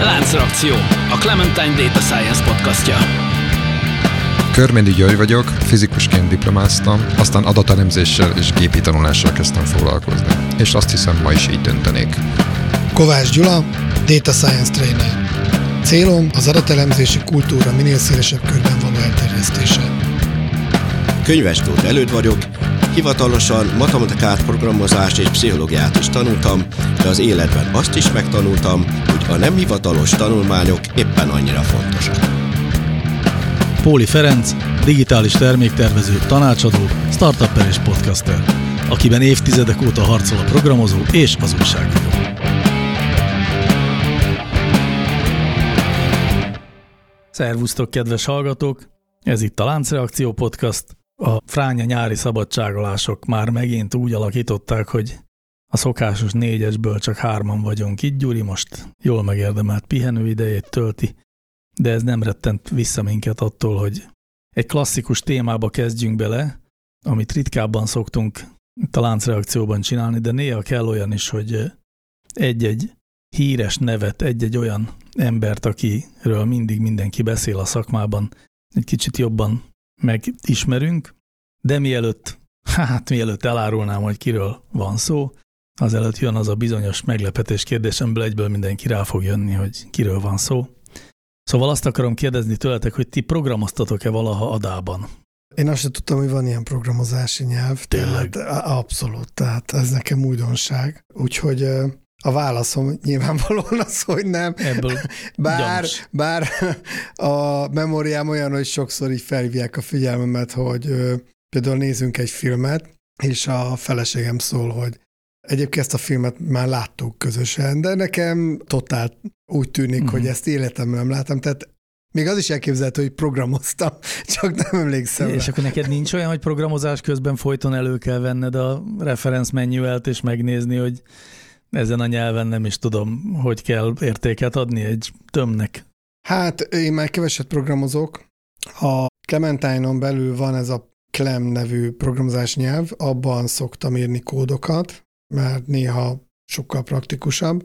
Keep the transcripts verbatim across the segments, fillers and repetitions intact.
Láncreakció, a Clementine Data Science podcastja. Körméndi György vagyok, fizikusként diplomáztam, aztán adatelemzéssel és gépi tanulással kezdtem foglalkozni. És azt hiszem, ma is így döntenék. Kovács Gyula, Data Science Trainer. Célom az adatelemzési kultúra minél szélesebb körben való elterjesztése. Könyves Tóth Előd vagyok, hivatalosan matematikát, programozást és pszichológiát is tanultam, de az életben azt is megtanultam, hogy a nem hivatalos tanulmányok éppen annyira fontosak. Póli Ferenc, digitális terméktervező, tanácsadó, startupper és podcaster, akiben évtizedek óta harcol a programozó és az újságíró. Szervusztok, kedves hallgatók! Ez itt a Láncreakció podcast. A fránya nyári szabadságolások már megint úgy alakították, hogy a szokásos négyesből csak hárman vagyunk itt. Gyuri most jól megérdemelt pihenőidejét tölti, de ez nem rettent vissza minket attól, hogy egy klasszikus témába kezdjünk bele, amit ritkábban szoktunk itt a Láncreakcióban csinálni, de néha kell olyan is, hogy egy-egy híres nevet, egy-egy olyan embert, akiről mindig mindenki beszél a szakmában, egy kicsit jobban megismerünk, de mielőtt, hát mielőtt elárulnám, hogy kiről van szó, azelőtt jön az a bizonyos meglepetés kérdésemből, egyből mindenki rá fog jönni, hogy kiről van szó. Szóval azt akarom kérdezni tőletek, hogy ti programoztatok-e valaha adában? Én azt sem tudtam, hogy van ilyen programozási nyelv. Tényleg? Tehát, abszolút, tehát ez nekem újdonság. Úgyhogy a válaszom nyilvánvalóan az, hogy nem. Ebből bár, bár a memóriám olyan, hogy sokszor így felhívják a figyelmemet, hogy ö, például nézzünk egy filmet, és a feleségem szól, hogy egyébként ezt a filmet már láttuk közösen, de nekem totál úgy tűnik, uh-huh. hogy ezt életemben nem láttam, tehát még az is elképzelhető, hogy programoztam, csak nem emlékszem. És akkor neked nincs olyan, hogy programozás közben folyton elő kell venned a reference manualt, és megnézni, hogy ezen a nyelven nem is tudom, hogy kell értéket adni egy tömnek. Hát én már keveset programozok. A Clementine-on belül van ez a Clem nevű programozás nyelv, abban szoktam írni kódokat, mert néha sokkal praktikusabb,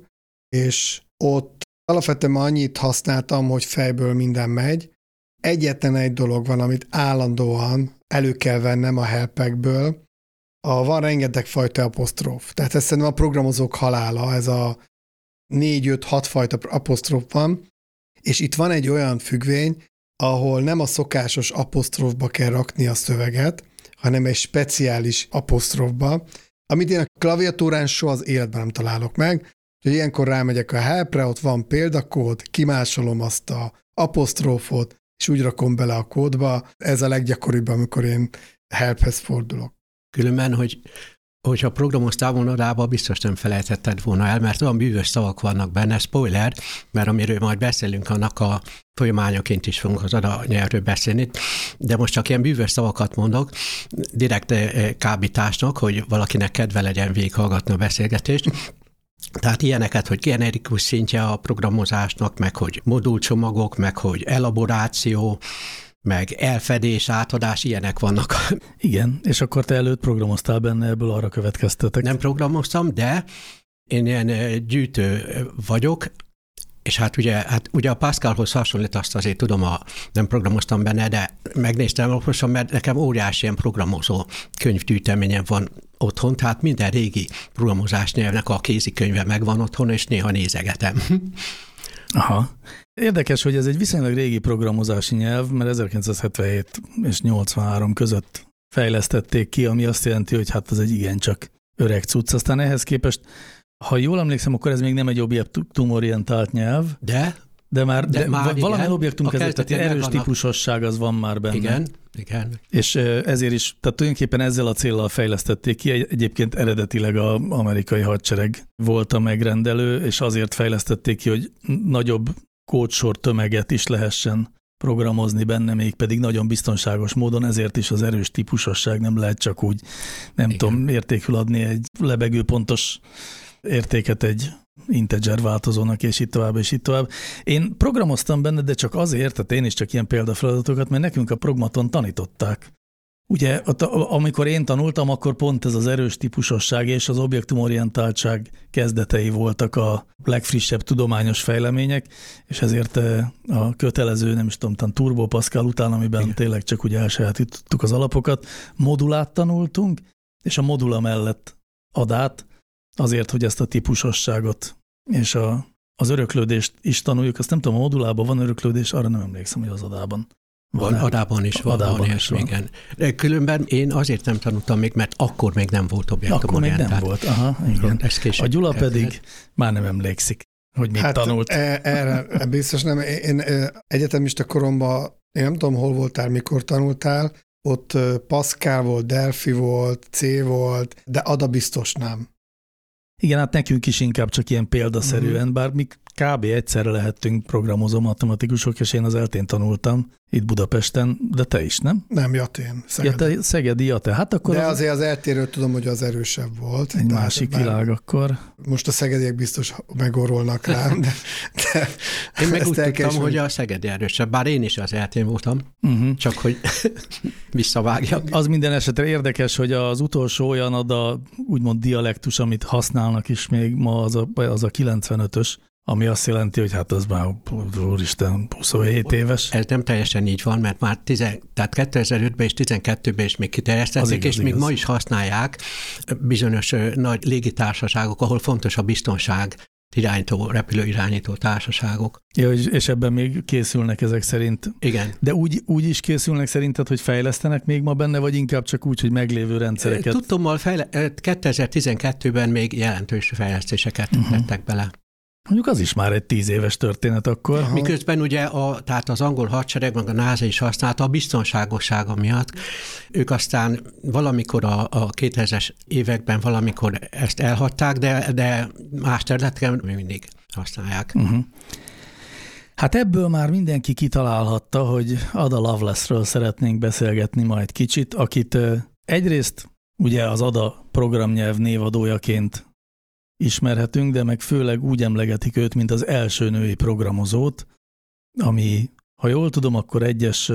és ott alapvetően annyit használtam, hogy fejből minden megy. Egyetlen egy dolog van, amit állandóan elő kell vennem a helpekből, A, van rengeteg fajta apostróf. Tehát ez szerintem a programozók halála, ez a négy öt hat fajta apostróf van, és itt van egy olyan függvény, ahol nem a szokásos apostrófba kell rakni a szöveget, hanem egy speciális apostrófba, amit én a klaviatúrán soha az életben nem találok meg, hogy ilyenkor rámegyek a helpre, ott van példakód, kimásolom azt a apostrófot, és úgy rakom bele a kódba. Ez a leggyakoribb, amikor én helphez fordulok. Különben, hogy hogyha programoztál volna rába, biztos nem felejtetted volna el, mert olyan bűvös szavak vannak benne, spoiler, mert amiről majd beszélünk, annak a folyamányoként is fogunk az adanyelvről beszélni, de most csak ilyen bűvös szavakat mondok, direkt kábításnak, hogy valakinek kedve legyen végighallgatni a beszélgetést. Tehát ilyeneket, hogy generikus szintje a programozásnak, meg hogy modulcsomagok, meg hogy elaboráció, meg elfedés, átadás, ilyenek vannak. Igen, és akkor te előtt programoztál benne, ebből arra következtetek. Nem programoztam, de én ilyen gyűjtő vagyok, és hát ugye, hát ugye a Pascalhoz hasonlít, azt azért tudom, a, nem programoztam benne, de megnéztem alaposan, mert nekem óriási ilyen programozó könyvgyűjteményem van otthon, tehát minden régi programozás nyelvnek a kézikönyve megvan otthon, és néha nézegetem. Aha. Érdekes, hogy ez egy viszonylag régi programozási nyelv, mert ezerkilencszázhetvenhét és nyolcvanhárom között fejlesztették ki, ami azt jelenti, hogy hát ez egy igencsak öreg cucc. Aztán ehhez képest, ha jól emlékszem, akkor ez még nem egy objektumorientált nyelv. De? De már, de, de már valamilyen objektumkezelő, tehát erős vannak. Típusosság az van már benne. Igen, igen. És ezért is, tehát tulajdonképpen ezzel a céllal fejlesztették ki. Egyébként eredetileg az amerikai hadsereg volt a megrendelő, és azért fejlesztették ki, hogy nagyobb kódsor tömeget is lehessen programozni benne, még pedig nagyon biztonságos módon, ezért is az erős típusosság nem lehet csak úgy, nem Igen. tudom, értékül adni egy lebegő pontos értéket egy integer változónak, és itt tovább, és itt tovább. Én programoztam benne, de csak azért, tehát én is csak ilyen példafeladatokat, mert nekünk a Progmaton tanították Ugye, amikor én tanultam, akkor pont ez az erős típusosság és az objektumorientáltság kezdetei voltak a legfrissebb tudományos fejlemények, és ezért a kötelező, nem is tudom, tan Turbo Pascal után, amiben igen, tényleg csak ugye elsajátítottuk az alapokat, modulát tanultunk, és a modula mellett adát, azért, hogy ezt a típusosságot és a, az öröklődést is tanuljuk. Azt nem tudom, a modulában van öröklődés, arra nem emlékszem, hogy az adában. Van, van adában is van, adában van, is van. Igen. De különben én azért nem tanultam még, mert akkor még nem volt objektumorientált. Akkor még nem volt, aha, igen. A Gyula pedig már nem emlékszik, hogy mit hát tanult. E- erre biztos nem. Én egyetemista koromban, én nem tudom, hol voltál, mikor tanultál, ott Pascal volt, Delphi volt, C volt, de Ada biztos nem. Igen, hát nekünk is inkább csak ilyen példaszerűen, uh-huh. bár mi kb. Egyszerre lehettünk programozó matematikusok, és én az eltén tanultam itt Budapesten, de te is, nem? Nem, Jatén. Szegedi. Ja, te Szegedi, Jate. Hát akkor de az... azért az eltéről tudom, hogy az erősebb volt. Egy másik világ akkor. Most a szegediek biztos megorolnak rám, de, de én meg úgy tudtam, hogy a Szegedi erősebb, bár én is az eltén voltam, uh-huh. csak hogy visszavágjak. Az minden esetre érdekes, hogy az utolsó olyan Ada, úgymond dialektus, amit használnak is még ma, az a, az a kilencvenötös, ami azt jelenti, hogy hát az már, úristen, huszonhét éves. Ez nem teljesen így van, mert már tizen, tehát kétezer-ötben és tizenkettőben is még kiterjesztették, és még igaz. Ma is használják bizonyos nagy légitársaságok, ahol fontos a biztonság, irányító, repülőirányító társaságok. Ja, és ebben még készülnek ezek szerint. Igen. De úgy, úgy is készülnek szerinted, hogy fejlesztenek még ma benne, vagy inkább csak úgy, hogy meglévő rendszereket? Tudtommal fejle- kétezer-tizenkettőben még jelentős fejlesztéseket uh-huh. tettek bele. Mondjuk az is már egy tíz éves történet akkor. Aha. Miközben ugye a, tehát az angol hadsereg, meg a NASA is használta a biztonságossága miatt. Ők aztán valamikor a, a kétezres években valamikor ezt elhagyták, de, de más területeken még mindig használják. Uh-huh. Hát ebből már mindenki kitalálhatta, hogy Ada Lovelace-ről szeretnénk beszélgetni majd kicsit, akit egyrészt ugye az Ada programnyelv névadójaként ismerhetünk, de meg főleg úgy emlegetik őt, mint az első női programozót, ami, ha jól tudom, akkor egyes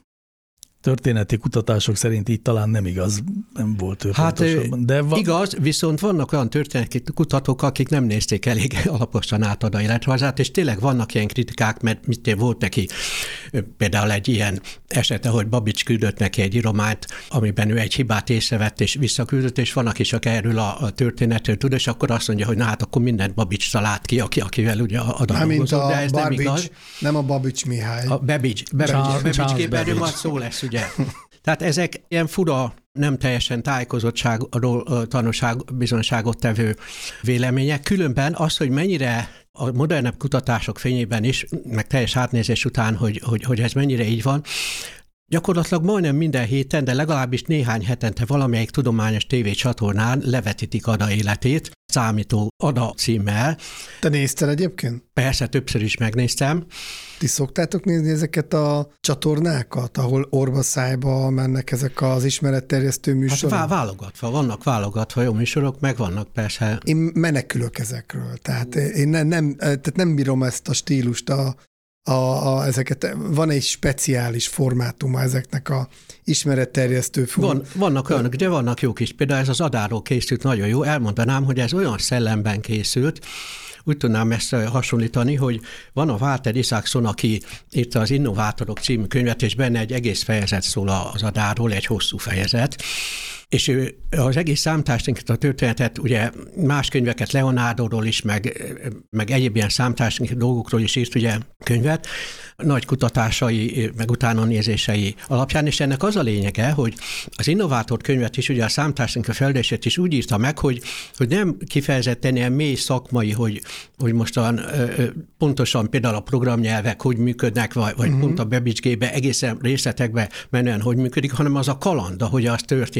történeti kutatások szerint így talán nem igaz, nem volt ő hát pontosabban. De va- igaz, viszont vannak olyan történeti kutatók, akik nem nézték elég alaposan át Ada életrajzát, és tényleg vannak ilyen kritikák, mert mit volt neki például egy ilyen eset, ahogy Babics küldött neki egy írományt, amiben ő egy hibát észrevett és visszaküldött, és vannak is, aki erről a, a történetről tud, és akkor azt mondja, hogy na hát akkor mindent Babics talált ki, aki, akivel ugye Ada dolgozott, de ez Barbics, nem igaz. Nem a Babics Mihály. A Babics, Babics képernyő majd szó lesz, ugye. Tehát ezek ilyen fura, nem teljesen tájékozottságról tanúság, bizonyságot tevő vélemények. Különben az, hogy mennyire a modernebb kutatások fényében is, meg teljes átnézés után, hogy, hogy, hogy ez mennyire így van, gyakorlatilag majdnem minden héten, de legalábbis néhány hetente valamelyik tudományos tévécsatornán levetítik Ada életét, számító Ada címmel. Te nézted egyébként? Persze, többször is megnéztem. Ti szoktátok nézni ezeket a csatornákat, ahol orba-szájba mennek ezek az ismeretterjesztő műsorok? Hát válogatva, vannak válogatva jó műsorok, meg vannak persze. Én menekülök ezekről, tehát én nem, nem, tehát nem bírom ezt a stílust, a A, a, ezeket, van egy speciális formátuma ezeknek a ismeretterjesztő form... Van, vannak olyanok, de vannak jók is. Például ez az Adáról készült nagyon jó. Elmondanám, hogy ez olyan szellemben készült, úgy tudnám ezt hasonlítani, hogy van a Walter Isaacson, aki írta az Innovátorok című könyvet, és benne egy egész fejezet szól az Adáról, egy hosszú fejezet. És ő az egész számítástechnika a történetet, ugye más könyveket Leonardoról is, meg, meg egyéb ilyen számítástechnika dolgokról is írt ugye könyvet, nagy kutatásai, meg utána nézései alapján, és ennek az a lényege, hogy az Innovátor könyvet is, ugye a számítástechnika fejlődését is úgy írta meg, hogy, hogy nem kifejezetten ilyen mély szakmai, hogy, hogy mostan pontosan például a programnyelvek hogy működnek, vagy, vagy uh-huh. pont a Babics-gébe egészen részletekbe menően hogy működik, hanem az a kaland, ahogy az történt a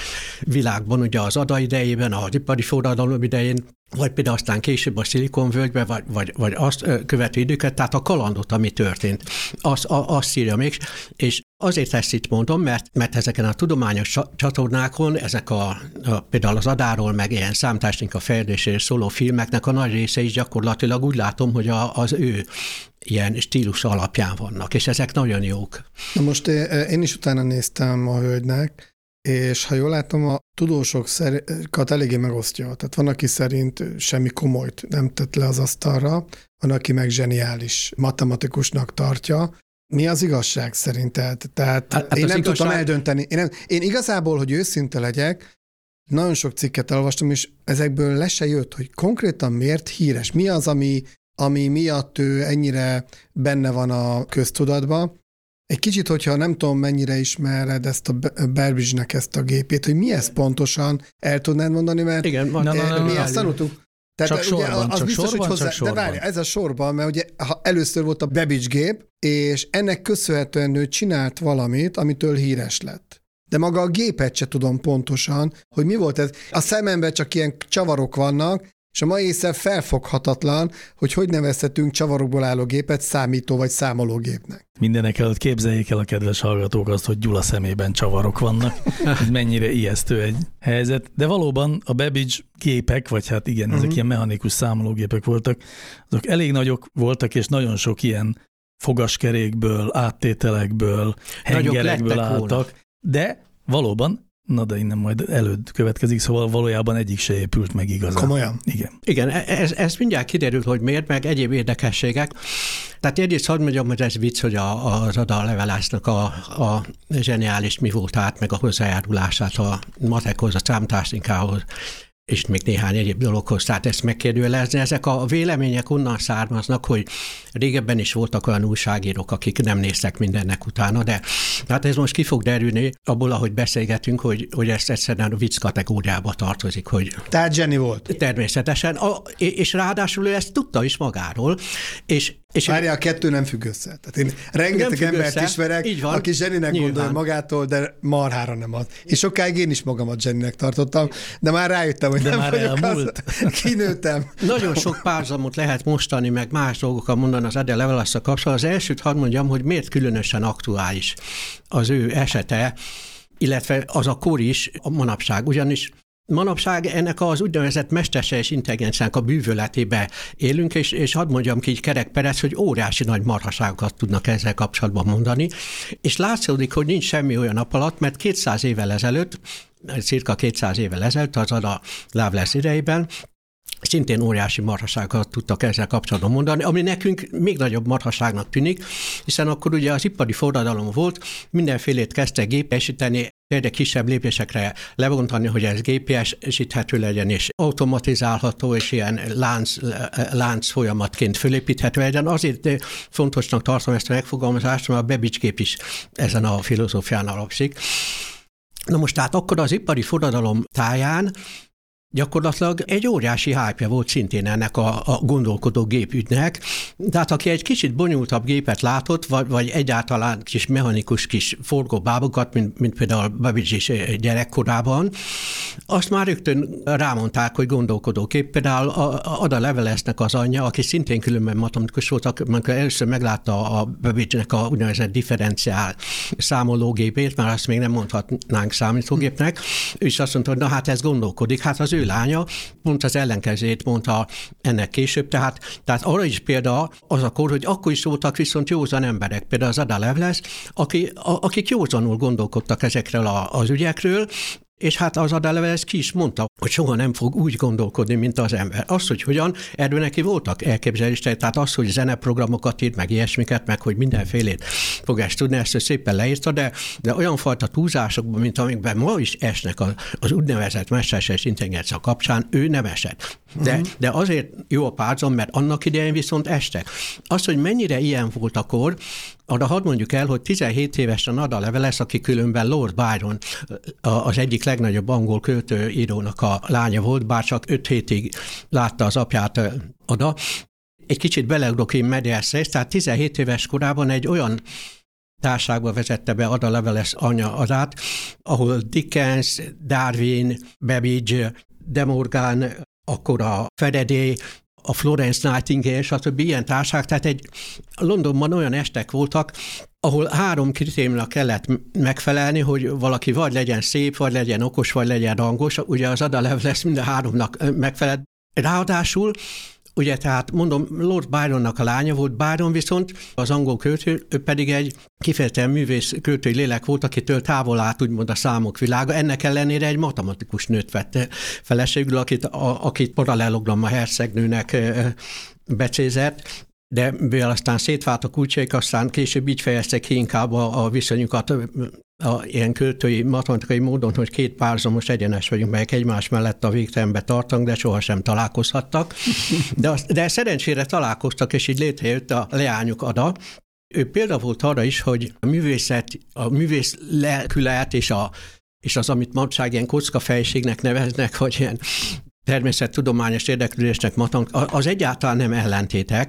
világban, ugye az Ada idejében, az ipari forradalom idején, vagy például aztán később a Szilikonvölgybe, vagy, vagy, vagy azt követő időket, tehát a kalandot, ami történt, azt, azt írja még, és azért ezt itt mondom, mert, mert ezeken a tudományos csatornákon, ezek a, a például az Adáról, meg ilyen számítástechnika fejlődéséről szóló filmeknek a nagy része is gyakorlatilag úgy látom, hogy a, az ő ilyen stílus alapján vannak, és ezek nagyon jók. Na most én is utána néztem a hölgynek, és ha jól látom, a tudósokat eléggé megosztja. Tehát van, aki szerint semmi komolyt nem tett le az asztalra, van, aki meg zseniális matematikusnak tartja. Mi az igazság szerint? Tehát, tehát hát én nem igazság... tudtam eldönteni. Én, nem, én igazából, hogy őszinte legyek, nagyon sok cikket elolvastam, és ezekből le se jött, hogy konkrétan miért híres. Mi az, ami, ami miatt ő ennyire benne van a köztudatban. Egy kicsit, hogyha nem tudom, mennyire ismered ezt a Babbage-nek ezt a gépét, hogy mi ez pontosan, el tudnád mondani, mert igen, van, e, na, na, na, mi azt tanultuk. Tehát csak ugye, sorban, az csak biztos, sorban, hogy hozzá, csak sorban. De várja, ez a sorban, mert ugye ha először volt a Babbage gép, és ennek köszönhetően ő csinált valamit, amitől híres lett. De maga a gépet se tudom pontosan, hogy mi volt ez. A szememben csak ilyen csavarok vannak, és a mai észre felfoghatatlan, hogy hogy nevezhetünk csavarokból álló gépet számító vagy számológépnek. Mindenek előtt képzeljék el a kedves hallgatók azt, hogy Gyula szemében csavarok vannak, hogy mennyire ijesztő egy helyzet. De valóban a Babbage gépek, vagy hát igen, ezek uh-huh. ilyen mechanikus számológépek voltak, azok elég nagyok voltak, és nagyon sok ilyen fogaskerékből, áttételekből, hengerekből álltak. Volna. De valóban, na de innen majd előtt következik, szóval valójában egyik se épült meg igazán. Komolyan? Igen. Igen, ez, ez mindjárt kiderül, hogy miért, meg egyéb érdekességek. Tehát egyrészt hadd mondjam, hogy ez vicc, hogy a, az Ada Levelásznak a, a zseniális mi voltát, meg a hozzájárulását a matekhoz, a számítástechnikához, és még néhány egyéb dologhoz, tehát ezt megkérdőjelezni. Ezek a vélemények onnan származnak, hogy régebben is voltak olyan újságírók, akik nem néztek mindennek utána, de hát ez most ki fog derülni abból, ahogy beszélgetünk, hogy, hogy ezt egyszerűen a vicc kategóriába tartozik. Hogy tehát zseni volt. Természetesen, a, és ráadásul ő ezt tudta is magáról, és És Várja, a kettő nem függ össze. Tehát én rengeteg embert össze. ismerek, van, aki zseninek nyilván. gondolja magától, de marhára nem az. És sokáig én is magamat zseninek tartottam, de már rájöttem, hogy de nem vagyok az. Kinőttem. Nagyon sok párhuzamot lehet mostani, meg más dolgokat mondani az Ada Lovelace-szal kapcsolatban. Az elsőt hadd mondjam, hogy miért különösen aktuális az ő esete, illetve az a kor is, a manapság. Ugyanis manapság ennek az úgynevezett mesterséges intelligenciának a bűvöletébe élünk, és, és hadd mondjam ki így kerekperec, hogy óriási nagy marhaságokat tudnak ezzel kapcsolatban mondani, és látszódik, hogy nincs semmi olyan nap alatt, mert kétszáz évvel ezelőtt, cirka kétszáz évvel ezelőtt, az Ada Lovelace idejében, szintén óriási marhaságokat tudtak ezzel kapcsolatban mondani, ami nekünk még nagyobb marhaságnak tűnik, hiszen akkor ugye az ipari forradalom volt, mindenfélét kezdtek gépesíteni, egyre kisebb lépésekre lebontani, hogy ez gépesíthető legyen, és automatizálható, és ilyen lánc, lánc folyamatként fölépíthető legyen. Azért fontosnak tartom ezt a megfogalmazást, mert a Babbage gép is ezen a filozófián alapszik. Na most tehát akkor az ipari forradalom táján gyakorlatilag egy óriási hype volt szintén ennek a, a gondolkodó gépügynek. Tehát aki egy kicsit bonyolultabb gépet látott, vagy, vagy egyáltalán kis mechanikus kis forgóbábokat, mint, mint például Babbage is gyerekkorában, azt már rögtön rámondták, hogy gondolkodó gép. Például a Ada Lovelace-nek az anyja, aki szintén különben matematikus volt, amikor először meglátta a Babbage-nek a úgynevezett differenciál számológépét, már azt még nem mondhatnánk számítógépnek, ő is azt mondta, hogy na hát ez gondolkodik, hát az ő lánya pont az ellenkezőjét mondta ennek később, tehát, tehát arra is példa az a kor, hogy akkor is voltak viszont józan emberek, például az Ada Lovelace, aki, a, akik józanul gondolkodtak ezekről a, az ügyekről, és hát az Ada Lovelace ki is mondta, hogy soha nem fog úgy gondolkodni, mint az ember. Az, hogy hogyan, erről neki voltak elképzelései, tehát az, hogy zeneprogramokat írt, meg ilyesmiket, meg hogy mindenfélét fog ezt tudni, ezt szépen leírta, de, de olyan fajta túlzásokban, mint amikben ma is esnek az, az úgynevezett mesterséges intelligencia kapcsán, ő nem esett. De, uh-huh. de azért jó a párhuzam, mert annak idején viszont estek. Az, hogy mennyire ilyen volt akkor, arra hadd mondjuk el, hogy tizenhét évesen Ada Lovelace, aki különben Lord Byron, az egyik legnagyobb angol költőírónak a lánya volt, bár csak öt hétig látta az apját Ada. Egy kicsit beleugrok én medias res, tehát tizenhét éves korában egy olyan társaságba vezette be Ada Lovelace anya Adát, ahol Dickens, Darwin, Babbage, De Morgan, akkor a Faraday, a Florence Nightingale, stb. Ilyen társaság, tehát egy Londonban olyan estek voltak, ahol három kritériumnak kellett megfelelni, hogy valaki vagy legyen szép, vagy legyen okos, vagy legyen rangos. Ugye az Ada Lovelace mind a háromnak megfelelt. Ráadásul, ugye tehát mondom, Lord Byronnak a lánya volt, Byron viszont az angol költő, ő pedig egy kifejezetten művész költői lélek volt, akitől távol állt úgymond a számok világa. Ennek ellenére egy matematikus nőt vette feleségül, akit, a, akit paralelogramma hercegnőnek becézett, de mivel aztán szétvált a kulcsaik, aztán később így fejeztek ki inkább a, a viszonyukat a, ilyen költői, matematikai módon, hogy két párhuzamos egyenes vagyunk, melyek egymás mellett a végtelenbe tartanak, de sohasem találkozhattak. De, az, de szerencsére találkoztak, és így létrejött a leányuk Ada. Ő példa volt arra is, hogy a művészet, a művész lelkület és, a, és az, amit manapság ilyen kockafejségnek neveznek, vagy ilyen természettudományos érdeklődésnek matematika, az egyáltalán nem ellentétek,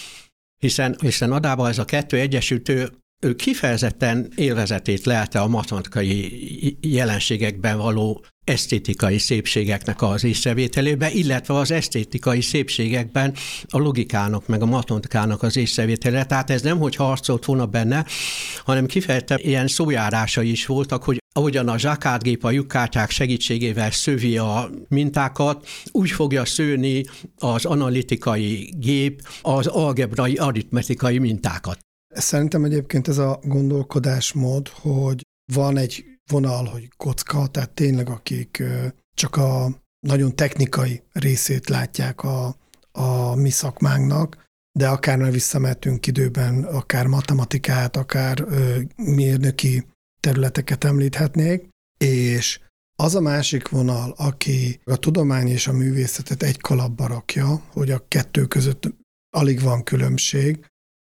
hiszen, hiszen Adában ez a kettő egyesült, ő, ő kifejezetten élvezetét lelte a matematikai jelenségekben való esztétikai szépségeknek az észrevételébe, illetve az esztétikai szépségekben a logikának, meg a matematikának az észrevételére. Tehát ez nem, hogy harcolt volna benne, hanem kifejezetten ilyen szójárásai is voltak, hogy ahogyan a zsákátgép a lyukkártyák segítségével szövi a mintákat, úgy fogja szőni az analitikai gép az algebrai, aritmetikai mintákat. Szerintem egyébként ez a gondolkodásmód, hogy van egy vonal, hogy kocka, tehát tényleg akik csak a nagyon technikai részét látják a, a mi szakmánknak, de akár már visszamehetünk időben, akár matematikát, akár ö, mérnöki területeket említhetnék, és az a másik vonal, aki a tudomány és a művészetet egy kalapba rakja, hogy a kettő között alig van különbség,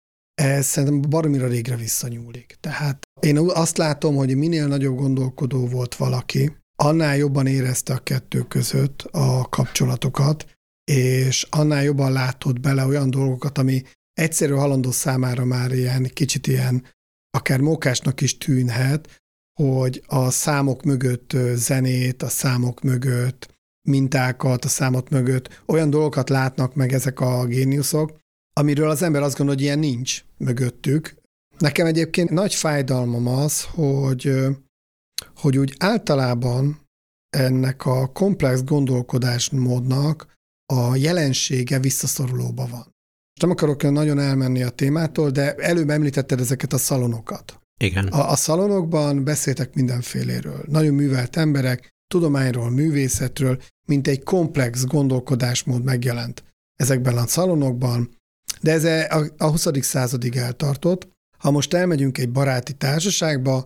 ez szerintem baromira régre visszanyúlik. Tehát én azt látom, hogy minél nagyobb gondolkodó volt valaki, annál jobban érezte a kettő között a kapcsolatokat, és annál jobban látott bele olyan dolgokat, ami egyszerű halandó számára már ilyen kicsit ilyen akár mókásnak is tűnhet, hogy a számok mögött zenét, a számok mögött mintákat, a számok mögött olyan dolgokat látnak meg ezek a géniuszok, amiről az ember azt gondolja, hogy ilyen nincs mögöttük. Nekem egyébként nagy fájdalmam az, hogy, hogy úgy általában ennek a komplex gondolkodásmódnak a jelensége visszaszorulóban van. Nem akarok nagyon elmenni a témától, de előbb említetted ezeket a szalonokat. Igen. A, a szalonokban beszéltek mindenféléről. Nagyon művelt emberek, tudományról, művészetről, mint egy komplex gondolkodásmód megjelent ezekben a szalonokban, de ez a, a huszadik századig eltartott. Ha most elmegyünk egy baráti társaságba,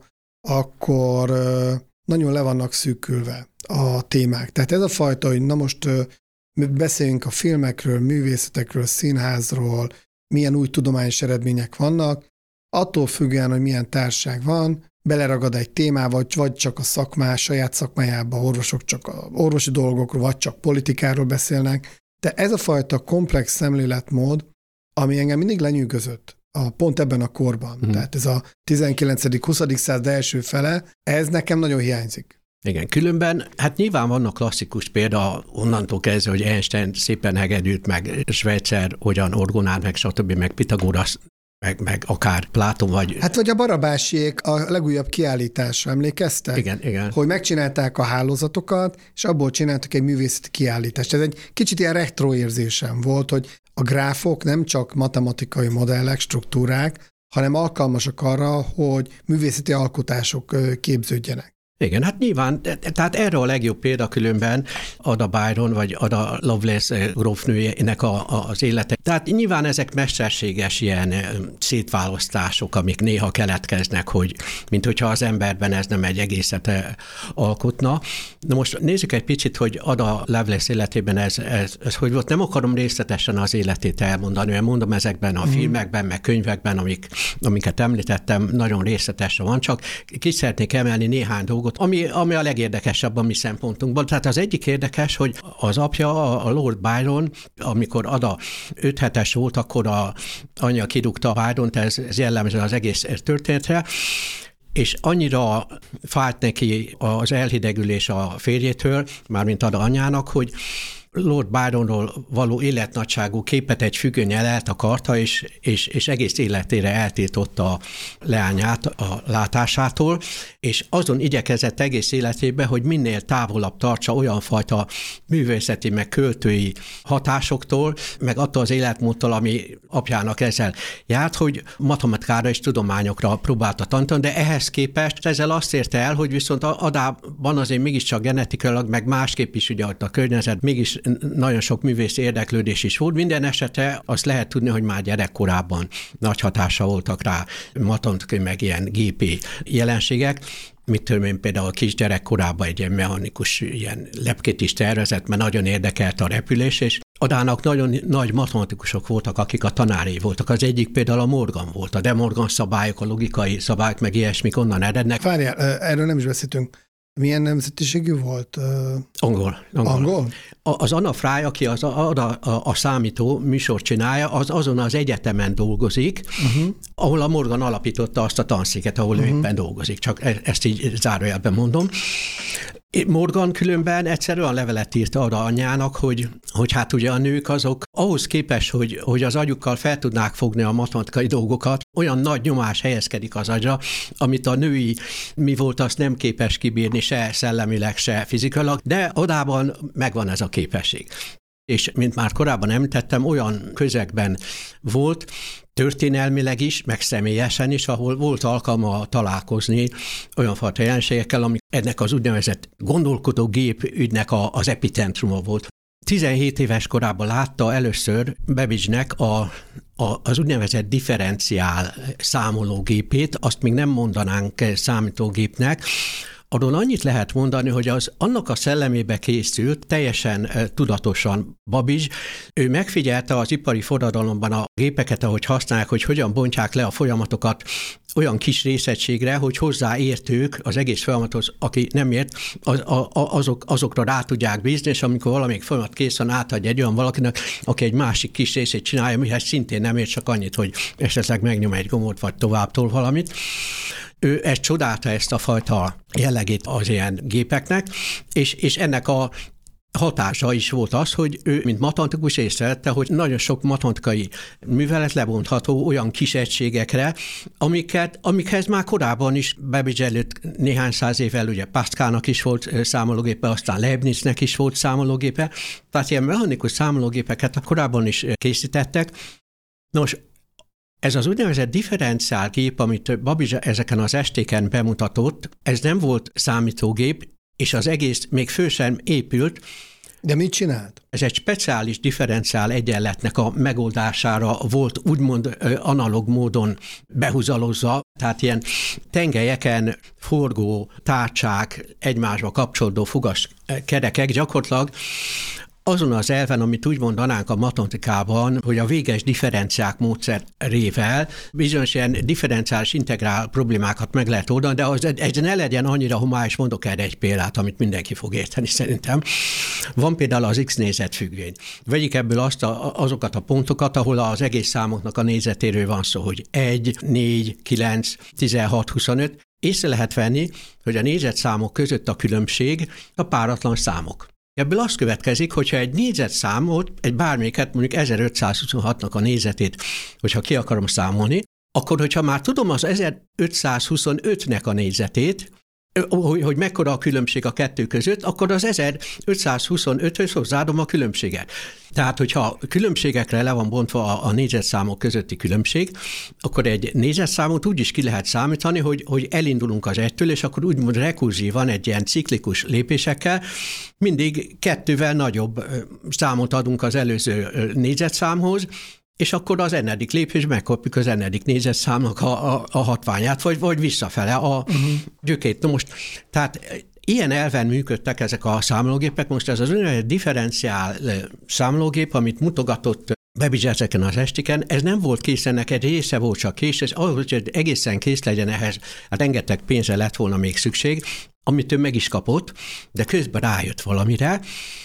akkor nagyon le vannak szűkülve a témák. Tehát ez a fajta, hogy na most beszéljünk a filmekről, művészetekről, színházról, milyen új tudományos eredmények vannak, attól függően, hogy milyen társaság van, beleragad egy témába, vagy csak a szakmá, saját szakmájába, orvosok csak a orvosi dolgokról, vagy csak politikáról beszélnek. De ez a fajta komplex szemléletmód, ami engem mindig lenyűgözött, a, pont ebben a korban. Mm. Tehát ez a tizenkilencedik-huszadik század első fele, ez nekem nagyon hiányzik. Igen, különben, hát nyilván vannak klasszikus példa, onnantól kezdve, hogy Einstein szépen hegedült, meg Schweitzer hogyan orgonált, meg stb., meg Pitagorasz, meg, meg akár Pláton, vagy... Hát vagy a Barabásiék a legújabb kiállításra, emlékeztek? Igen, igen. Hogy megcsinálták a hálózatokat, és abból csináltak egy művészeti kiállítást. Ez egy kicsit ilyen retro érzésem volt, hogy a gráfok nem csak matematikai modellek, struktúrák, hanem alkalmasak arra, hogy művészeti alkotások képződjenek. Igen, hát nyilván, tehát erre a legjobb példa különben Ada Byron, vagy Ada Lovelace grófnőjének a, a, az élete. Tehát nyilván ezek mesterséges ilyen szétválasztások, amik néha keletkeznek, hogy mint hogyha az emberben ez nem egy egészet alkotna, Na most nézzük egy picit, hogy Ada Lovelace életében ez, ez, ez hogy volt. Nem akarom részletesen az életét elmondani, mert mondom ezekben a mm. filmekben, meg könyvekben, amik, amiket említettem, nagyon részletesen van, csak ki szeretnék emelni néhány dolgot, ami, ami a legérdekesebb a mi szempontunkban. Tehát az egyik érdekes, hogy az apja, a Lord Byron, amikor Ada öt hetes volt, akkor a anyja kirúgta Byront, ez, ez jellemző az egész történetre, és annyira fájt neki az elhidegülés a férjétől, mármint Ada anyának, hogy Lord Byronról való életnagyságú képet egy függönnyel eltakarta, és, és, és egész életére eltiltotta a leányát a látásától, és azon igyekezett egész életében, hogy minél távolabb tartsa olyan fajta művészeti, meg költői hatásoktól, meg attól az életmódtól, ami apjának ezzel járt, hogy matematikára és tudományokra próbálta tanítani, de ehhez képest ezzel azt érte el, hogy viszont Adában azért mégiscsak genetikailag, meg másképp is ugye a környezet mégis nagyon sok művész érdeklődés is volt. Minden esetre azt lehet tudni, hogy már gyerekkorában nagy hatása voltak rá matematikai, meg ilyen gépi jelenségek. Mit tudom én, például a kisgyerek korában egy ilyen mechanikus ilyen lepkét is tervezett, mert nagyon érdekelte a repülés, és Adának nagyon nagy matematikusok voltak, akik a tanárai voltak. Az egyik például a Morgan volt. A De Morgan szabályok, a logikai szabályok, meg ilyesmik onnan erednek. Várjál, erről nem is beszéltünk. Milyen nemzetiségű volt? Angol. Angol. Angol? Az Anna Fry, aki az a, a, a, a számító műsor csinálja, az azon az egyetemen dolgozik, uh-huh. ahol a Morgan alapította azt a tanszéket, ahol uh-huh. ő éppen dolgozik. Csak ezt így zárójelben mondom. Morgan különben egyszerűen levelet írt arra anyjának, hogy, hogy hát ugye a nők azok ahhoz képest, hogy, hogy az agyukkal fel tudnák fogni a matematikai dolgokat, olyan nagy nyomás helyezkedik az agyra, amit a női mi volt, azt nem képes kibírni se szellemileg, se fizikailag, de Adában megvan ez a képesség. És mint már korábban említettem, olyan közegben volt, történelmileg is, meg személyesen is, ahol volt alkalma találkozni olyan fajta jelenségekkel, amik ennek az úgynevezett gondolkodó gép ügynek a, az epicentruma volt. tizenhét éves korában látta először Babbage-nek a, a, az úgynevezett differenciál számológépét, azt még nem mondanánk számítógépnek. Arról annyit lehet mondani, hogy az annak a szellemébe készült, teljesen uh, tudatosan Babbage. Ő megfigyelte az ipari forradalomban a gépeket, ahogy használják, hogy hogyan bontják le a folyamatokat olyan kis részegységre, hogy hozzáértők az egész folyamathoz, aki nem ért, az, a, azok, azokra rá tudják bízni, és amikor valamelyik folyamat kész van, átadja egy olyan valakinek, aki egy másik kis részét csinálja, mihez szintén nem ért, csak annyit, hogy esetleg megnyom egy gombot, vagy továbbtól valamit. Ő ezt csodálta, ezt a fajta jellegét az ilyen gépeknek, és, és ennek a hatása is volt az, hogy ő, mint matematikus észrevette, hogy nagyon sok matematikai művelet lebontható olyan kis egységekre, amiket, amikhez már korábban is, Babbage előtt néhány száz évvel, ugye Pascalnak is volt számológépe, aztán Leibniznek is volt számológépe, tehát ilyen mechanikus számológépeket korábban is készítettek. Nos, ez az úgynevezett differenciál gép, amit Babbage ezeken az estéken bemutatott, ez nem volt számítógép, és az egész még föl sem épült. De mit csinált? Ez egy speciális differenciál egyenletnek a megoldására volt úgymond analóg módon behúzalozva, tehát ilyen tengelyeken forgó tárcsák, egymásba kapcsolódó fogas kerekek gyakorlatilag azon az elven, amit úgy mondanánk a matematikában, hogy a véges differenciák módszerével bizonyos ilyen differenciális integrál problémákat meg lehet oldani, de az, ez ne legyen annyira homályos, mondok erre egy példát, amit mindenki fog érteni szerintem. Van például az X négyzetfüggvény. Vegyük ebből azt a, azokat a pontokat, ahol az egész számoknak a négyzetéről van szó, hogy egy, négy, kilenc, tizenhat, huszonöt. Észre lehet venni, hogy a négyzetszámok között a különbség a páratlan számok. Ebből azt következik, hogyha egy négyzetszámot, egy bármelyiket, mondjuk ezerötszázhuszonhatnak a négyzetét, hogyha ki akarom számolni, akkor hogyha már tudom az ezerötszázhuszonötnek a négyzetét, hogy mekkora a különbség a kettő között, akkor az ezerötszázhuszonöthöz hozzáadom a különbséget. Tehát, hogyha különbségekre le van bontva a, a négyzetszámok közötti különbség, akkor egy négyzetszámot úgy is ki lehet számítani, hogy, hogy elindulunk az egytől, és akkor úgymond rekurzívan egy ilyen ciklikus lépésekkel mindig kettővel nagyobb számot adunk az előző négyzetszámhoz, és akkor az ennedik lépés megkapjuk az ennedik négyzetszámnak a, a, a hatványát, vagy, vagy visszafele a uh-huh. gyökét. No most, tehát ilyen elven működtek ezek a számológépek. Most ez az úgynevezett differenciál számológép, amit mutogatott Babbage ezeken az estiken, ez nem volt kész, ennek egy része volt csak kész, és ahhoz, hogy egészen kész legyen ehhez, hát rengeteg pénzre lett volna még szükség, amit ő meg is kapott, de közben rájött valamire,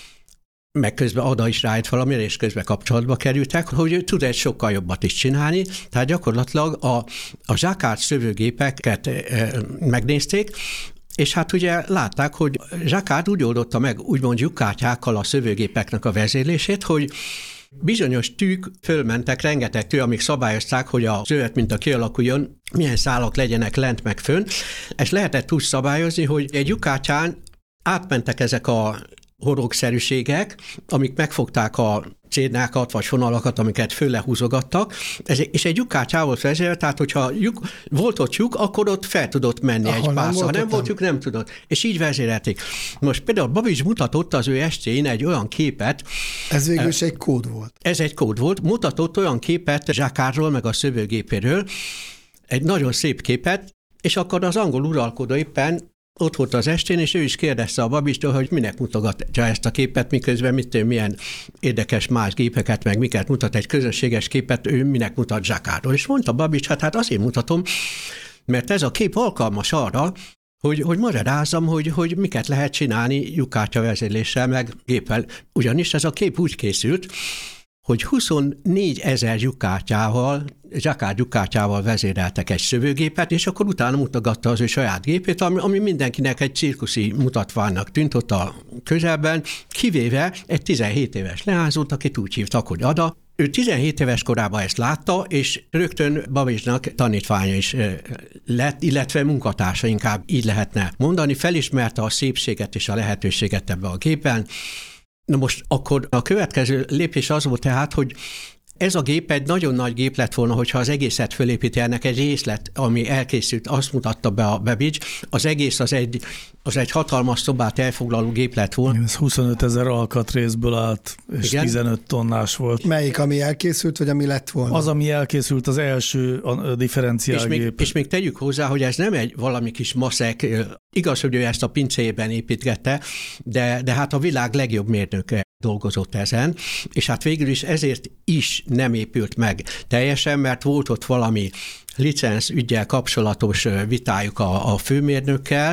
meg közben Ada is rájött valamire, és közben kapcsolatba kerültek, hogy ő tud egy sokkal jobbat is csinálni, tehát gyakorlatilag a, a Jacquard szövőgépeket e, megnézték, és hát ugye látták, hogy Jacquard úgy oldotta meg úgymond lyukkártyákkal a szövőgépeknek a vezérlését, hogy bizonyos tűk fölmentek, rengeteg tű, amik szabályozták, hogy a szövet minta kialakuljon, milyen szálak legyenek lent meg fönn. Ezt lehetett úgy szabályozni, hogy egy lyukkártyán átmentek ezek a horogszerűségek, amik megfogták a cédnákat vagy fonalakat, amiket föllehúzogattak, és egy lyukkártyával volt vezérelve, tehát hogyha lyuk, volt ott lyuk, akkor ott fel tudott menni Aha, egy pásza. Ha nem volt lyuk, nem tudott. És így vezérelték. Most például Babbage mutatott az ő estjén egy olyan képet. Ez végül is egy kód volt. Ez egy kód volt. Mutatott olyan képet Jacquardról, meg a szövőgépéről, egy nagyon szép képet, és akkor az angol uralkodó éppen ott volt az estén, és ő is kérdezte a Babbage-től, hogy minek mutogatja ezt a képet, miközben mit, milyen érdekes más gépeket, meg miket mutat egy közösséges képet, ő minek mutat Jacquardról. És mondta Babbage, hát, hát azért mutatom, mert ez a kép alkalmas arra, hogy, hogy magyarázzam, hogy, hogy miket lehet csinálni lyukkártya vezérléssel, meg géppel. Ugyanis ez a kép úgy készült, hogy huszonnégyezer lyukkártyával, Jacquard lyukkártyával vezéreltek egy szövőgépet, és akkor utána mutogatta az ő saját gépét, ami, ami mindenkinek egy cirkuszi mutatványnak tűnt ott a közelben, kivéve egy tizenhét éves leányzót, akit úgy hívtak, hogy Ada. Ő tizenhét éves korában ezt látta, és rögtön Babbage-nak tanítványa is lett, illetve munkatársa, inkább így lehetne mondani, felismerte a szépséget és a lehetőséget ebbe a gépben. Na most akkor a következő lépés az volt tehát, hogy ez a gép egy nagyon nagy gép lett volna, hogyha az egészet fölépíti, ennek egy részlet, ami elkészült, azt mutatta be a Babbage, az egész az egy, az egy hatalmas szobát elfoglaló gép lett volna. Ez huszonöt ezer alkatrészből állt, és igen? tizenöt tonnás volt. Melyik, ami elkészült, vagy ami lett volna? Az, ami elkészült, az első a differenciál és gép. Még, és még tegyük hozzá, hogy ez nem egy valami kis maszek, igaz, hogy ő ezt a pincéjében építgette, de, de hát a világ legjobb mérnöke dolgozott ezen, és hát végül is ezért is nem épült meg teljesen, mert volt ott valami licenc üggyel kapcsolatos vitájuk a, a főmérnökkel,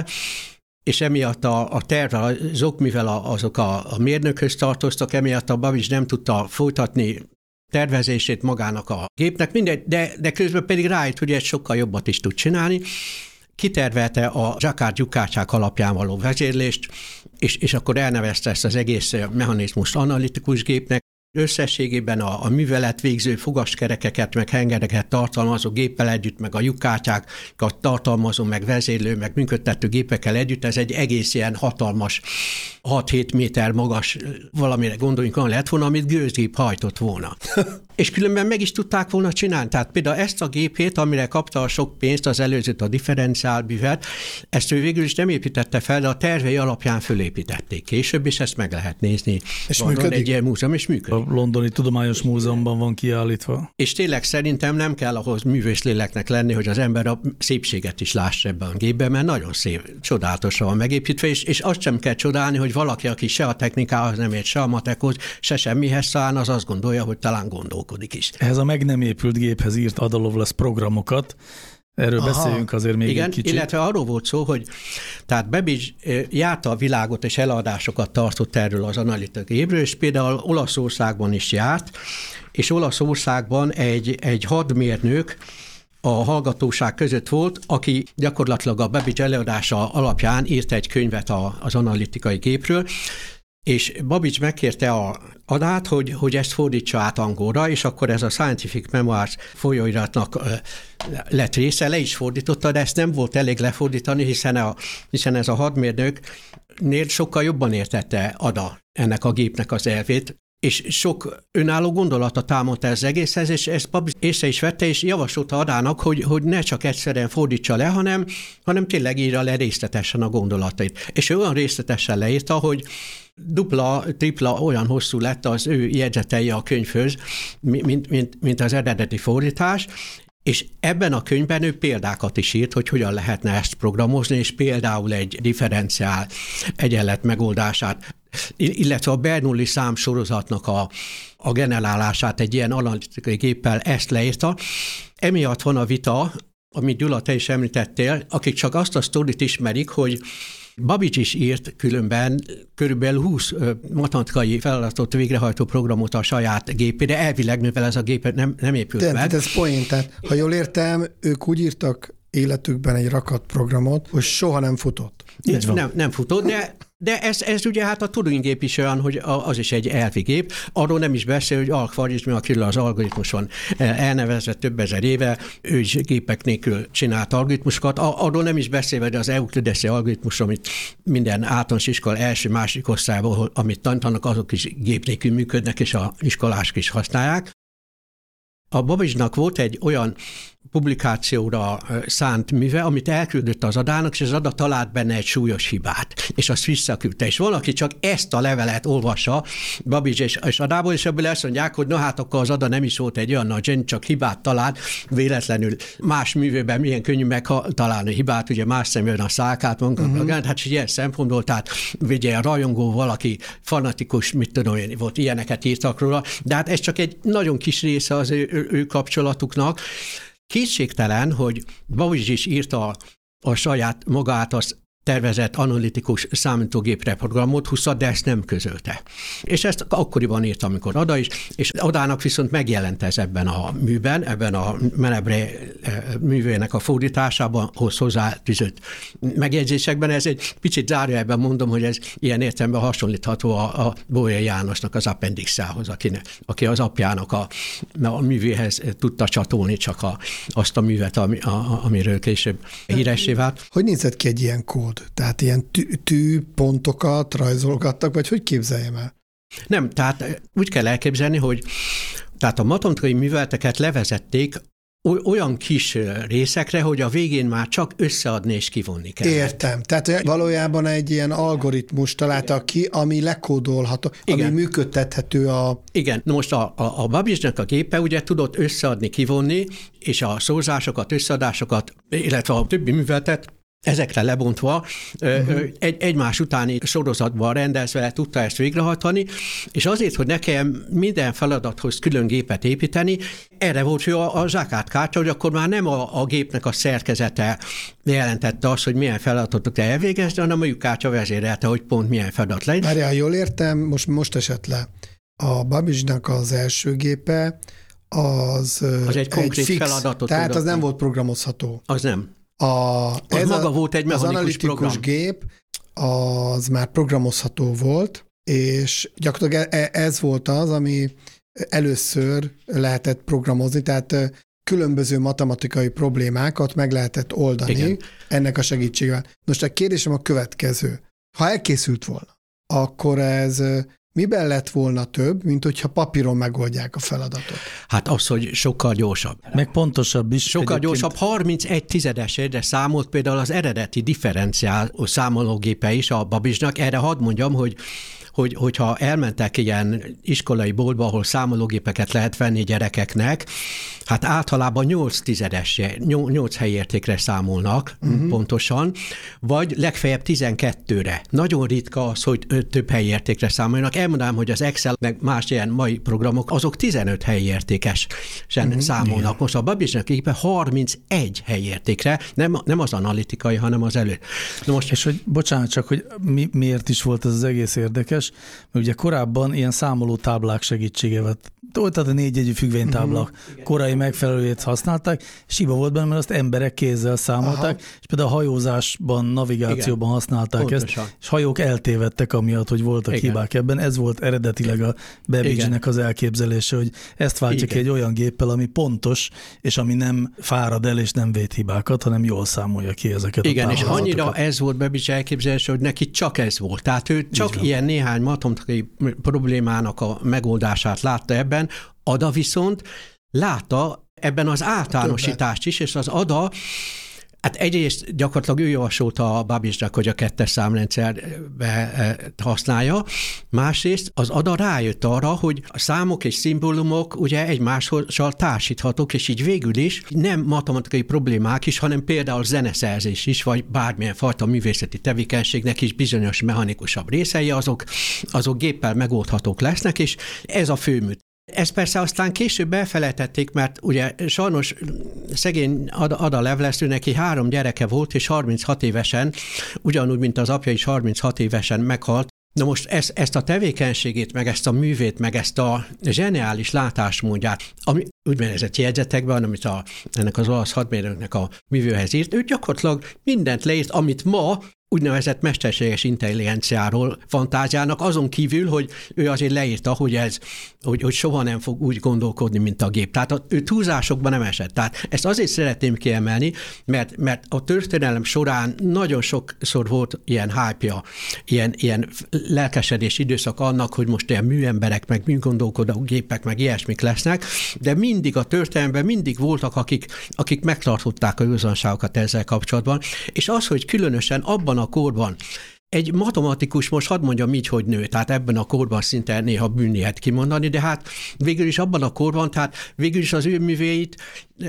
és emiatt a, a terve, azok, mivel a, azok a, a mérnökhöz tartoztak, emiatt a Babbage nem tudta folytatni tervezését magának a gépnek, mindegy, de, de közben pedig rájött, hogy egy sokkal jobbat is tud csinálni. Kitervelte a Jacquard lyukkártyák alapján való vezérlést, és, és akkor elnevezte ezt az egész mechanizmust analitikus gépnek. Összességében a, a művelet végző fogaskerekeket, meg hengereket tartalmazó géppel együtt, meg a lyukkártyákat tartalmazó, meg vezérlő, meg működtető gépekkel együtt, ez egy egész ilyen hatalmas, hat-hét méter magas, valamire gondoljunk, van lett volna, amit gőzgép hajtott volna. És különben meg is tudták volna csinálni. Tehát például ezt a gépét, amire kapta a sok pénzt, az előzőt, a differenciálbüvet, ezt ő végül is nem építette fel, de a tervei alapján fölépítették később, és ezt meg lehet nézni. És működik? Egy ilyen múzeum, és működik. A Londoni Tudományos Múzeumban van kiállítva. És tényleg szerintem nem kell ahhoz művészléleknek lenni, hogy az ember a szépséget is lássa ebben a gépben, mert nagyon szép, csodálatosan van megépítve, és, és azt sem kell csodálni, hogy valaki, aki se a technikához nem ért, se a matekhoz, se semmihez szállna, az azt gondolja, hogy talán gondolkodik is. Ehhez a meg nem épült géphez írt Ada Lovelace programokat. Erről Aha. beszéljünk azért még Igen, egy kicsit. Illetve arról volt szó, hogy tehát Babbage járta a világot, és eladásokat tartott erről az analitikai gépről, és például Olaszországban is járt, és Olaszországban egy, egy hadmérnök a hallgatóság között volt, aki gyakorlatilag a Babbage előadása alapján írt egy könyvet az analitikai gépről, és Babbage megkérte a Adát, hogy, hogy ezt fordítsa át angolra, és akkor ez a Scientific Memoirs folyóiratnak lett része, le is fordította, de ezt nem volt elég lefordítani, hiszen, a, hiszen ez a hadmérnöknél sokkal jobban értette Ada ennek a gépnek az elvét, és sok önálló gondolata támadta ez egészhez, és ezt Babbage észre is vette, és javasolta Adának, hogy, hogy ne csak egyszerűen fordítsa le, hanem, hanem tényleg írja le részletesen a gondolatait. És ő olyan részletesen leírta, hogy dupla, tripla olyan hosszú lett az ő jegyzetei a könyvhöz, mint, mint, mint az eredeti fordítás, És ebben a könyvben ő példákat is írt, hogy hogyan lehetne ezt programozni, és például egy differenciál egyenlet megoldását, illetve a Bernoulli számsorozatnak a, a generálását egy ilyen analitikai géppel ezt leírta. Emiatt van a vita, amit Gyula, te is említettél, akik csak azt a sztorit ismerik, hogy Babbage is írt különben körülbelül húsz matematikai feladatot végrehajtó programot a saját gépére, elvileg, mivel ez a gép nem, nem épült de, meg. De ez poén, tehát ha jól értem, ők úgy írtak életükben egy rakat programot, hogy soha nem futott. Nem, nem futott, de, de ez, ez ugye hát a Turing gép is olyan, hogy az is egy elvi gép. Arról nem is beszél, hogy algoritmus, akiről az algoritmuson elnevezve több ezer éve, ő is gépek nélkül csinált algoritmusokat. Arról nem is beszél, hogy az euklideszi algoritmus, amit minden általános iskola első-másik osztályból, amit tanítanak, azok is gép nélkül működnek, és az iskolások is használják. A Babbage-nak volt egy olyan publikációra szánt műve, amit elküldött az Adának, és az Ada talált benne egy súlyos hibát, és azt visszaküldte. És valaki csak ezt a levelet olvassa Babbage és, és Adából, és ebből azt mondják, hogy na hát akkor az Ada nem is volt egy olyan nagy, csak hibát talált, véletlenül más művőben milyen könnyű megtalálni hibát, ugye más szemben a szálkát magunkat, uh-huh. hát ilyen szempontból, tehát ugye a rajongó valaki fanatikus, mit tudom én, volt, ilyeneket írtak róla, de hát ez csak egy nagyon kis része az ő, ő, ő kapcsolatuknak. Kétségtelen, hogy Babbage is írta a saját magát az tervezett analitikus számítógépre programot, húszat, de ezt nem közölte. És ezt akkoriban írta, amikor Ada is, és Adának viszont megjelent ez ebben a műben, ebben a Menebre művének a fordításában, hozzátűzött megjegyzésekben. Ez egy picit zárójelben mondom, hogy ez ilyen értelemben hasonlítható a, a Bolyai Jánosnak az appendixához, aki, aki az apjának a, a művéhez tudta csatolni csak a, azt a művet, ami, a, amiről később híressé vált. Hogy nézett ki egy ilyen kód? Tehát ilyen tű, tű pontokat rajzolgattak, vagy hogy képzeljem el? Nem, tehát úgy kell elképzelni, hogy tehát a matematikai műveleteket levezették olyan kis részekre, hogy a végén már csak összeadni és kivonni kell. Értem. Tehát valójában egy ilyen algoritmus találtak ki, ami lekódolható, igen. ami működtethető a... Igen. Most a, a, a Babbage-nek a gépe ugye tudott összeadni, kivonni, és a szorzásokat, összeadásokat, illetve a többi műveletet ezekre lebontva, uh-huh. egy, egymás utáni sorozatban rendezve tudta ezt végrehajtani, és azért, hogy nekem minden feladathoz külön gépet építeni, erre volt jó a, a zsákátkártya, hogy akkor már nem a, a gépnek a szerkezete jelentette azt, hogy milyen feladatot kell elvégezni, hanem a lyukkártya vezérelte, hogy pont milyen feladat legyen. Várjál, jól értem, most, most esett le. A Babbage-nak az első gépe az, az egy konkrét egy fix, feladatot. Tehát tudott. Az nem volt programozható. Az nem. A, ez maga a, volt egy mechanikus az analitikus program. gép az már programozható volt, és gyakorlatilag ez volt az, ami először lehetett programozni, tehát különböző matematikai problémákat meg lehetett oldani. Igen. Ennek a segítségével. Most a kérdésem a következő. Ha elkészült volna, akkor ez miben lett volna több, mint hogyha papíron megoldják a feladatot? Hát az, hogy sokkal gyorsabb. Meg pontosabb is. Sokkal egyébként. Gyorsabb. harmincegy tizedesedre számolt például az eredeti differenciál számológépe is a Babbage-nak. Erre hadd mondjam, hogy hogy, hogyha elmentek ilyen iskolai boltba, ahol számológépeket lehet venni gyerekeknek, hát általában nyolc tizedes, nyolc helyértékre számolnak uh-huh. pontosan, vagy legfeljebb tizenkettőre. Nagyon ritka az, hogy több helyértékre számolnak. Elmondanám, hogy az Excel, meg más ilyen mai programok, azok tizenöt helyértékesen uh-huh. számolnak. Igen. Most a Babbage-nek éppen harmincegy helyértékre, nem, nem az analitikai, hanem az elő. Most, és hogy bocsánat, csak hogy mi, miért is volt ez az egész érdekes, mert ugye korábban ilyen számolótáblák segítségével, tehát a négyjegyű függvénytáblák uh-huh. korai megfelelőjét használták, és hiba volt benne, mert azt emberek kézzel számolták, aha. és például a hajózásban, navigációban igen. használták pontosan. Ezt, és hajók eltévedtek amiatt, hogy voltak igen. hibák ebben. Ez volt eredetileg a Babbage-nek az elképzelése, hogy ezt váltja ki egy olyan géppel, ami pontos, és ami nem fárad el, és nem véd hibákat, hanem jól számolja ki ezeket igen, a és annyira ez volt Babbage elképzelése, hogy neki csak ez volt. Tehát ő csak ilyen néhány matematikai problémának a megoldását látta ebben. Ada viszont látta ebben az általánosítást is, és az Ada Hát egyrészt gyakorlatilag ő javasolta a Babbagenak, hogy a kettes számrendszerbe használja, másrészt az Ada rájött arra, hogy a számok és szimbólumok ugye egymással társíthatók, és így végül is nem matematikai problémák is, hanem például zeneszerzés is, vagy bármilyen fajta művészeti tevékenységnek is bizonyos mechanikusabb részei, azok, azok géppel megoldhatók lesznek, és ez a főmű. Ezt persze aztán később elfelejtették, mert ugye sajnos szegény Ada Lovelace, neki három gyereke volt, és harminchat évesen, ugyanúgy, mint az apja is harminchat évesen meghalt. Na most ezt, ezt a tevékenységét, meg ezt a művét, meg ezt a zseniális látásmódját, ami úgynevezett jegyzetekben, amit a, ennek az olasz hadmérnöknek a művőhez írt, ő gyakorlatilag mindent leírt, amit ma úgynevezett mesterséges intelligenciáról fantáziának, azon kívül, hogy ő azért leírta, hogy ez, hogy, hogy soha nem fog úgy gondolkodni, mint a gép. Tehát ő túlzásokban nem esett. Tehát ezt azért szeretném kiemelni, mert, mert a történelem során nagyon sokszor volt ilyen hype-ja, ilyen, ilyen lelkesedés időszak annak, hogy most ilyen műemberek, meg műgondolkodó gépek, meg ilyesmik lesznek, de mindig a történelemben mindig voltak, akik, akik megtartották a józanságokat ezzel kapcsolatban, és az, hogy különösen abban a korban egy matematikus, most hadd mondjam így, hogy nő, tehát ebben a korban szinte néha bűn lehet kimondani, de hát végül is abban a korban, tehát végül is az ő művéit,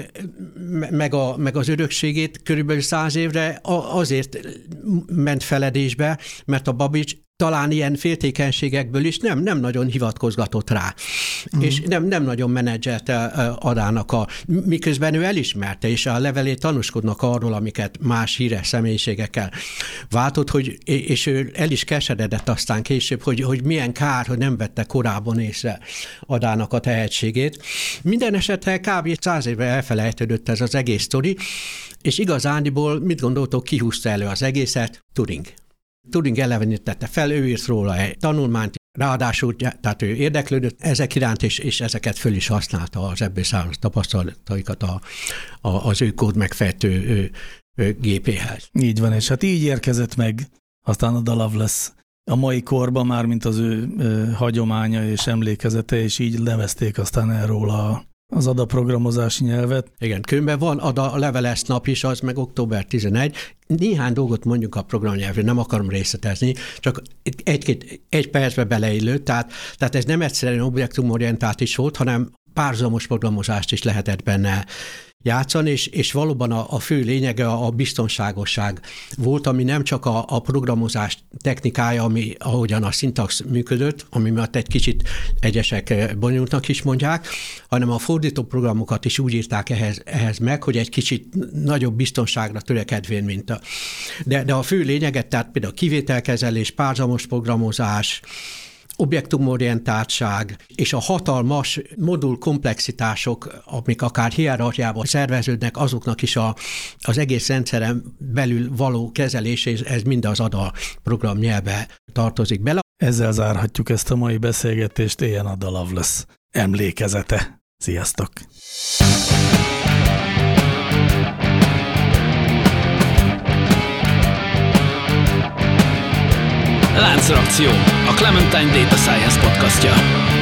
meg, a, meg az örökségét körülbelül száz évre azért ment feledésbe, mert a Babbage talán ilyen féltékenységekből is nem, nem nagyon hivatkozgatott rá, uh-huh. és nem, nem nagyon menedzselte Adának a, miközben ő elismerte, és a levelé tanúskodnak arról, amiket más híres személyiségekkel váltott, hogy, és ő el is keseredett aztán később, hogy, hogy milyen kár, hogy nem vette korábban észre Adának a tehetségét. Minden esetre kb. száz évre elfelejtődött ez az egész sztori, és igazándiból mit gondoltok, kihúzta elő az egészet? Turing. Turing elevenítette fel, ő írt róla egy tanulmányt, ráadásul, tehát ő érdeklődött ezek iránt, és, és ezeket föl is használta az ebből származó tapasztalataikat a, a, az ő kód megfejtő ő, ő gépéhez. Így van, és hát így érkezett meg aztán Ada Lovelace a mai korban már, mint az ő ö, hagyománya és emlékezete, és így nevezték aztán el róla az Ada programozási nyelvet. Igen, különben van Ada Lovelace nap is, az meg október tizenegy. Néhány dolgot mondjuk a programnyelvről, nem akarom részletezni, csak egy-két, egy percbe beleillő, tehát, tehát ez nem egyszerűen objektumorientált is volt, hanem párhuzamos programozást is lehetett benne játszani, és, és valóban a, a fő lényege a biztonságosság volt, ami nem csak a, a programozás technikája, ami ahogyan a szintax működött, ami miatt egy kicsit egyesek bonyolultnak is mondják, hanem a fordító programokat is úgy írták ehhez, ehhez meg, hogy egy kicsit nagyobb biztonságra törekedvén, mint a... De, de a fő lényeget, tehát például kivételkezelés, párhuzamos programozás, objektumorientáltság és a hatalmas modul komplexitások, amik akár hierarchiában szerveződnek, azoknak is a, az egész rendszeren belül való kezelése, ez mind az Ada programnyelvbe tartozik bele. Ezzel zárhatjuk ezt a mai beszélgetést, éljen Ada Lovelace emlékezete. Sziasztok! Láncreakció, a Clementine Data Science podcastja.